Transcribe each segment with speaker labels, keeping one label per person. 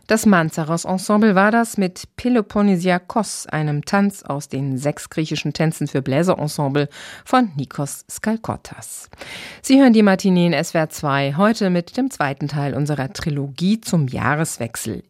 Speaker 1: Das Manzaros-Ensemble war das mit Peloponnesiakos, einem Tanz aus den 6 griechischen Tänzen für Bläserensemble von Nikos Skalkottas. Sie hören die Matinee in SWR 2, heute mit dem zweiten Teil unserer Trilogie zum Jahreswechsel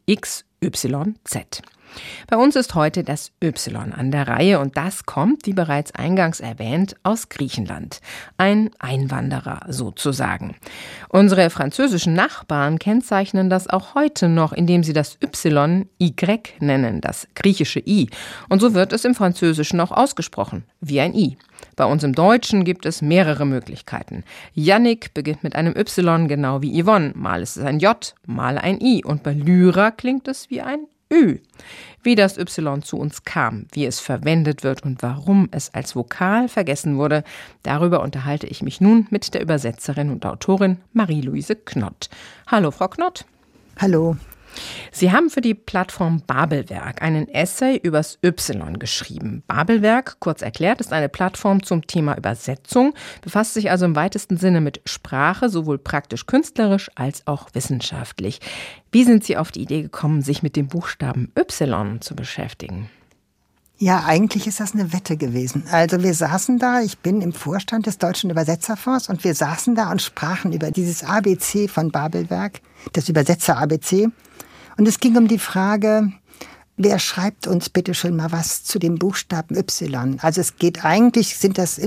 Speaker 1: XYZ. Bei uns ist heute das Y an der Reihe und das kommt, wie bereits eingangs erwähnt, aus Griechenland. Ein Einwanderer sozusagen. Unsere französischen Nachbarn kennzeichnen das auch heute noch, indem sie das Y Y nennen, das griechische I. Und so wird es im Französischen auch ausgesprochen, wie ein I. Bei uns im Deutschen gibt es mehrere Möglichkeiten. Yannick beginnt mit einem Y, genau wie Yvonne. Mal ist es ein J, mal ein I. Und bei Lyra klingt es wie ein Ü. Wie das Y zu uns kam, wie es verwendet wird und warum es als Vokal vergessen wurde, darüber unterhalte ich mich nun mit der Übersetzerin und Autorin Marie-Louise Knott. Hallo, Frau Knott.
Speaker 2: Hallo.
Speaker 1: Sie haben für die Plattform Babelwerk einen Essay übers Y geschrieben. Babelwerk, kurz erklärt, ist eine Plattform zum Thema Übersetzung, befasst sich also im weitesten Sinne mit Sprache, sowohl praktisch-künstlerisch als auch wissenschaftlich. Wie sind Sie auf die Idee gekommen, sich mit dem Buchstaben Y zu beschäftigen?
Speaker 2: Ja, eigentlich ist das eine Wette gewesen. Also wir saßen da, ich bin im Vorstand des Deutschen Übersetzerfonds und wir saßen da und sprachen über dieses ABC von Babelwerk, das Übersetzer-ABC. Und es ging um die Frage, wer schreibt uns bitte schon mal was zu dem Buchstaben Y? Also es geht eigentlich, das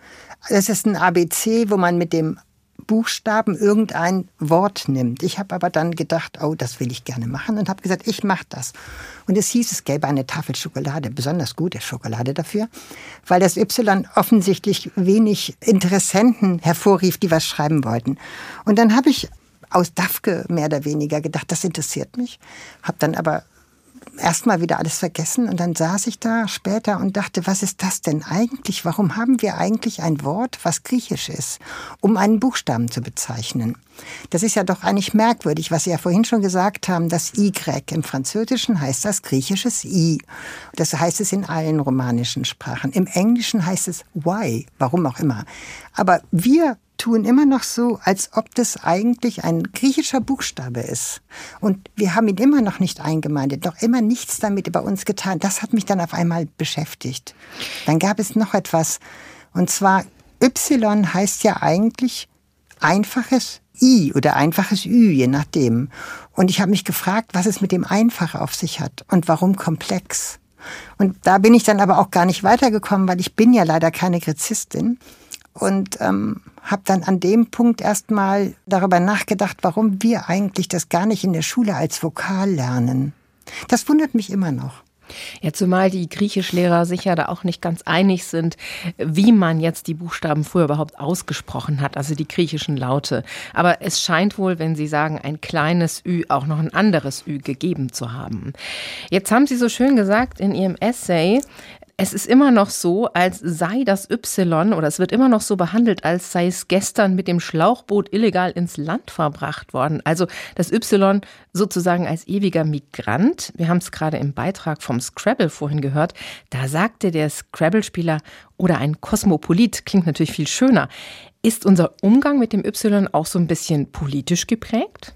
Speaker 2: ist ein ABC, wo man mit dem Buchstaben irgendein Wort nimmt. Ich habe aber dann gedacht, oh, das will ich gerne machen und habe gesagt, ich mache das. Und es hieß, es gäbe eine Tafel Schokolade, besonders gute Schokolade dafür, weil das Y offensichtlich wenig Interessenten hervorrief, die was schreiben wollten. Und dann habe ich aus Dafke mehr oder weniger gedacht, das interessiert mich, habe dann aber erstmal wieder alles vergessen und dann saß ich da später und dachte, was ist das denn eigentlich? Warum haben wir eigentlich ein Wort, was griechisch ist, um einen Buchstaben zu bezeichnen? Das ist ja doch eigentlich merkwürdig, was Sie ja vorhin schon gesagt haben, das Y im Französischen heißt das griechisches I. Das heißt es in allen romanischen Sprachen. Im Englischen heißt es Y, warum auch immer. Aber wir tun immer noch so, als ob das eigentlich ein griechischer Buchstabe ist. Und wir haben ihn immer noch nicht eingemeindet, noch immer nichts damit bei uns getan. Das hat mich dann auf einmal beschäftigt. Dann gab es noch etwas, und zwar Y heißt ja eigentlich einfaches I oder einfaches Ü, je nachdem. Und ich habe mich gefragt, was es mit dem Einfach auf sich hat und warum komplex. Und da bin ich dann aber auch gar nicht weitergekommen, weil ich bin ja leider keine Gräzistin. Und habe dann an dem Punkt erstmal darüber nachgedacht, warum wir eigentlich das gar nicht in der Schule als Vokal lernen. Das wundert mich immer noch.
Speaker 1: Ja, zumal die Griechischlehrer sich ja da auch nicht ganz einig sind, wie man jetzt die Buchstaben früher überhaupt ausgesprochen hat, also die griechischen Laute. Aber es scheint wohl, wenn Sie sagen, ein kleines Ü, auch noch ein anderes Ü gegeben zu haben. Jetzt haben Sie so schön gesagt in Ihrem Essay, es ist immer noch so, als sei das Y oder es wird immer noch so behandelt, als sei es gestern mit dem Schlauchboot illegal ins Land verbracht worden. Also das Y sozusagen als ewiger Migrant. Wir haben es gerade im Beitrag vom Scrabble vorhin gehört. Da sagte der Scrabble-Spieler, oder ein Kosmopolit, klingt natürlich viel schöner. Ist unser Umgang mit dem Y auch so ein bisschen politisch geprägt?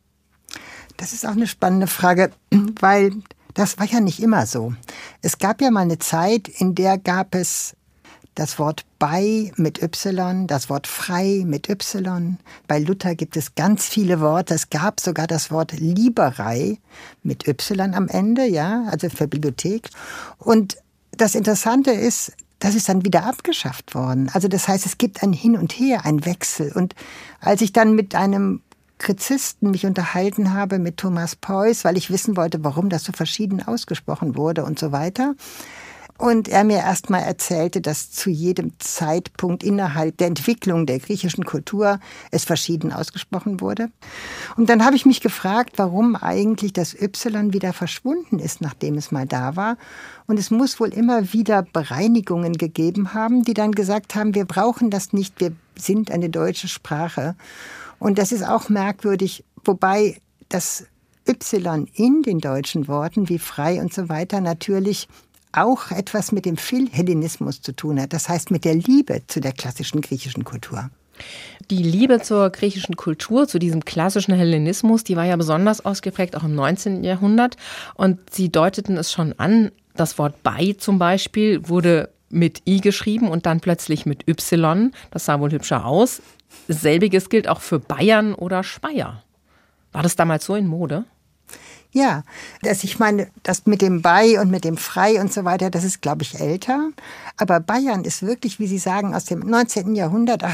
Speaker 2: Das ist auch eine spannende Frage, weil das war ja nicht immer so. Es gab ja mal eine Zeit, in der gab es das Wort bei mit Y, das Wort frei mit Y. Bei Luther gibt es ganz viele Worte. Es gab sogar das Wort Liberei mit Y am Ende, ja, also für Bibliothek. Und das Interessante ist, das ist dann wieder abgeschafft worden. Also das heißt, es gibt ein Hin und Her, ein Wechsel. Und als ich dann mit einem Gräzisten mich unterhalten habe mit Thomas Peuß, weil ich wissen wollte, warum das so verschieden ausgesprochen wurde und so weiter. Und er mir erst mal erzählte, dass zu jedem Zeitpunkt innerhalb der Entwicklung der griechischen Kultur es verschieden ausgesprochen wurde. Und dann habe ich mich gefragt, warum eigentlich das Y wieder verschwunden ist, nachdem es mal da war. Und es muss wohl immer wieder Bereinigungen gegeben haben, die dann gesagt haben, wir brauchen das nicht, wir sind eine deutsche Sprache. Und das ist auch merkwürdig, wobei das Y in den deutschen Worten wie frei und so weiter natürlich auch etwas mit dem Philhellenismus zu tun hat. Das heißt mit der Liebe zu der klassischen griechischen Kultur.
Speaker 1: Die Liebe zur griechischen Kultur, zu diesem klassischen Hellenismus, die war ja besonders ausgeprägt, auch im 19. Jahrhundert. Und Sie deuteten es schon an, das Wort bei zum Beispiel wurde mit I geschrieben und dann plötzlich mit Y. Das sah wohl hübscher aus. Selbiges gilt auch für Bayern oder Speyer. War das damals so in Mode?
Speaker 2: Ja, ich meine, das mit dem Bei und mit dem Frei und so weiter, das ist, glaube ich, älter. Aber Bayern ist wirklich, wie Sie sagen, aus dem 19. Jahrhundert,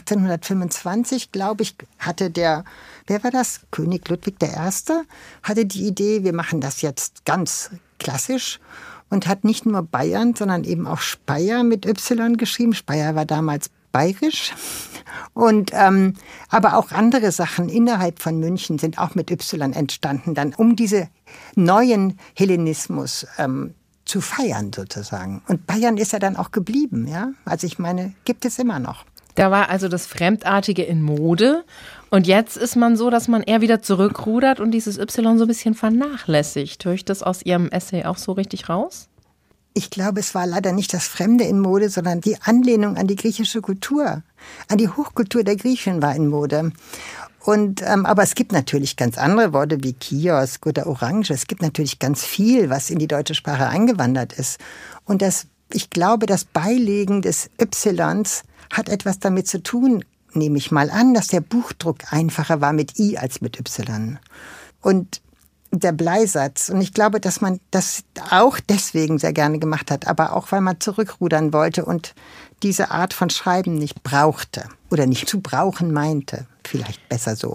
Speaker 2: 1825, glaube ich, hatte wer war das? König Ludwig I. hatte die Idee, wir machen das jetzt ganz klassisch und hat nicht nur Bayern, sondern eben auch Speyer mit Y geschrieben. Speyer war damals bayerisch. Und aber auch andere Sachen innerhalb von München sind auch mit Y entstanden, dann um diese neuen Hellenismus zu feiern sozusagen. Und Bayern ist ja dann auch geblieben, ja. Also ich meine, gibt es immer noch.
Speaker 1: Da war also das Fremdartige in Mode und jetzt ist man so, dass man eher wieder zurückrudert und dieses Y so ein bisschen vernachlässigt. Höre ich das aus Ihrem Essay auch so richtig raus?
Speaker 2: Ich glaube, es war leider nicht das Fremde in Mode, sondern die Anlehnung an die griechische Kultur. An die Hochkultur der Griechen war in Mode. Und, aber es gibt natürlich ganz andere Worte wie Kiosk oder Orange. Es gibt natürlich ganz viel, was in die deutsche Sprache eingewandert ist. Und ich glaube, das Beilegen des Ys hat etwas damit zu tun, nehme ich mal an, dass der Buchdruck einfacher war mit I als mit Y. Und der Bleisatz. Und ich glaube, dass man das auch deswegen sehr gerne gemacht hat, aber auch, weil man zurückrudern wollte und diese Art von Schreiben nicht brauchte oder nicht zu brauchen meinte. Vielleicht besser so.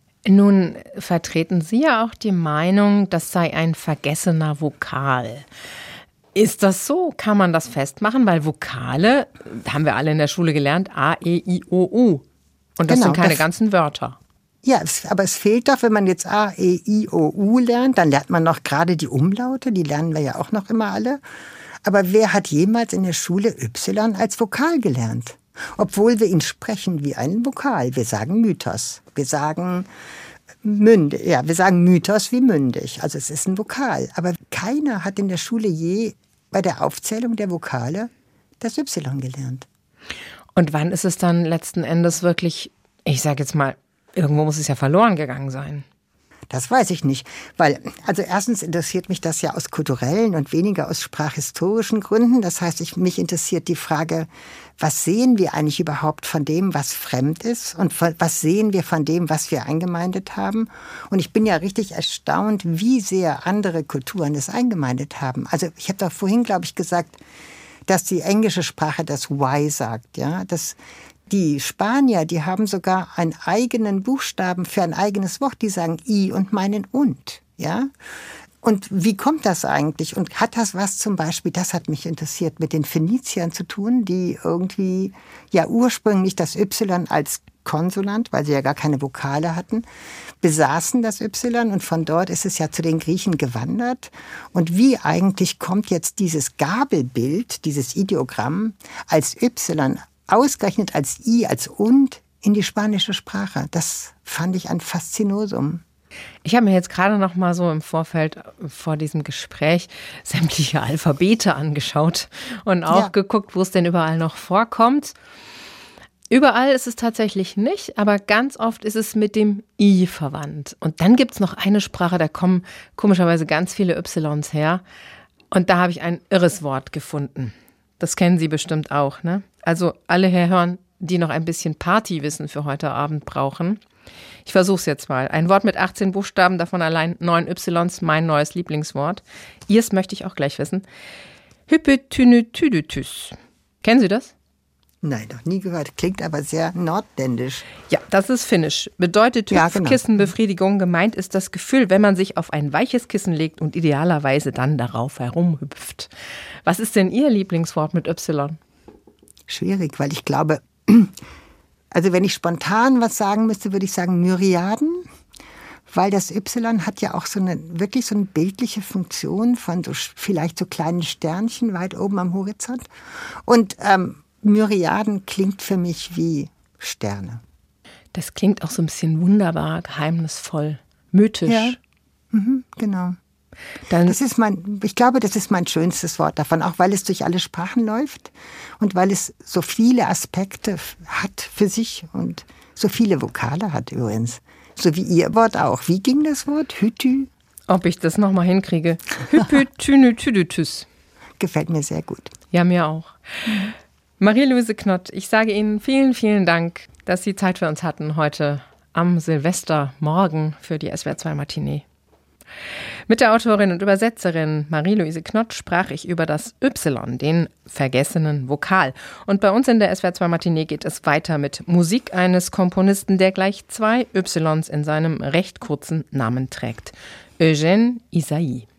Speaker 1: Nun vertreten Sie ja auch die Meinung, das sei ein vergessener Vokal. Ist das so? Kann man das festmachen? Weil Vokale, haben wir alle in der Schule gelernt, A, E, I, O, U. Und das sind keine ganzen Wörter.
Speaker 2: Ja, aber es fehlt doch, wenn man jetzt A, E, I, O, U lernt, dann lernt man noch gerade die Umlaute, die lernen wir ja auch noch immer alle. Aber wer hat jemals in der Schule Y als Vokal gelernt? Obwohl wir ihn sprechen wie einen Vokal. Wir sagen Mythos, wir sagen mündig, ja, wir sagen Mythos wie mündig. Also es ist ein Vokal. Aber keiner hat in der Schule je bei der Aufzählung der Vokale das Y gelernt.
Speaker 1: Und wann ist es dann letzten Endes wirklich, ich sage jetzt mal, irgendwo muss es ja verloren gegangen sein?
Speaker 2: Das weiß ich nicht, weil, also erstens interessiert mich das ja aus kulturellen und weniger aus sprachhistorischen Gründen. Das heißt, mich interessiert die Frage, was sehen wir eigentlich überhaupt von dem, was fremd ist und was sehen wir von dem, was wir eingemeindet haben? Und ich bin ja richtig erstaunt, wie sehr andere Kulturen das eingemeindet haben. Also ich habe doch vorhin, glaube ich, gesagt, dass die englische Sprache das Y sagt, ja, die Spanier, die haben sogar einen eigenen Buchstaben für ein eigenes Wort. Die sagen I und meinen und, ja. Und wie kommt das eigentlich? Und hat das was zum Beispiel, das hat mich interessiert, mit den Phöniziern zu tun, die irgendwie ja ursprünglich das Y als Konsonant, weil sie ja gar keine Vokale hatten, besaßen das Y und von dort ist es ja zu den Griechen gewandert. Und wie eigentlich kommt jetzt dieses Gabelbild, dieses Ideogramm als Y ausgerechnet als I, als und in die spanische Sprache? Das fand ich ein Faszinosum.
Speaker 1: Ich habe mir jetzt gerade noch mal so im Vorfeld vor diesem Gespräch sämtliche Alphabete angeschaut und auch geguckt, wo es denn überall noch vorkommt. Überall ist es tatsächlich nicht, aber ganz oft ist es mit dem I verwandt. Und dann gibt es noch eine Sprache, da kommen komischerweise ganz viele Ys her. Und da habe ich ein irres Wort gefunden. Das kennen Sie bestimmt auch, ne? Also alle herhören, die noch ein bisschen Partywissen für heute Abend brauchen. Ich versuche es jetzt mal. Ein Wort mit 18 Buchstaben, davon allein 9 Ys, mein neues Lieblingswort. Ihrs möchte ich auch gleich wissen. Hypotynetydetys. Kennen Sie das?
Speaker 2: Nein, noch nie gehört. Klingt aber sehr nordländisch.
Speaker 1: Ja, das ist finnisch. Bedeutet Kissenbefriedigung. Gemeint ist das Gefühl, wenn man sich auf ein weiches Kissen legt und idealerweise dann darauf herumhüpft. Was ist denn Ihr Lieblingswort mit Y?
Speaker 2: Schwierig, weil ich glaube, also wenn ich spontan was sagen müsste, würde ich sagen Myriaden, weil das Y hat ja auch wirklich so eine bildliche Funktion von so vielleicht so kleinen Sternchen weit oben am Horizont. Und Myriaden klingt für mich wie Sterne.
Speaker 1: Das klingt auch so ein bisschen wunderbar, geheimnisvoll, mythisch.
Speaker 2: Ja, genau. Ich glaube, das ist mein schönstes Wort davon, auch weil es durch alle Sprachen läuft und weil es so viele Aspekte hat für sich und so viele Vokale hat übrigens. So wie Ihr Wort auch. Wie ging das Wort? Hütü?
Speaker 1: Ob ich das nochmal hinkriege. Hypötynötüdütüs.
Speaker 2: Gefällt mir sehr gut.
Speaker 1: Ja, mir auch. Marie-Louise Knott, ich sage Ihnen vielen, vielen Dank, dass Sie Zeit für uns hatten heute am Silvestermorgen für die SWR2 Matinee. Mit der Autorin und Übersetzerin Marie-Louise Knott sprach ich über das Y, den vergessenen Vokal. Und bei uns in der SWR2 Matinee geht es weiter mit Musik eines Komponisten, der gleich 2 Ys in seinem recht kurzen Namen trägt. Eugène Ysaÿe.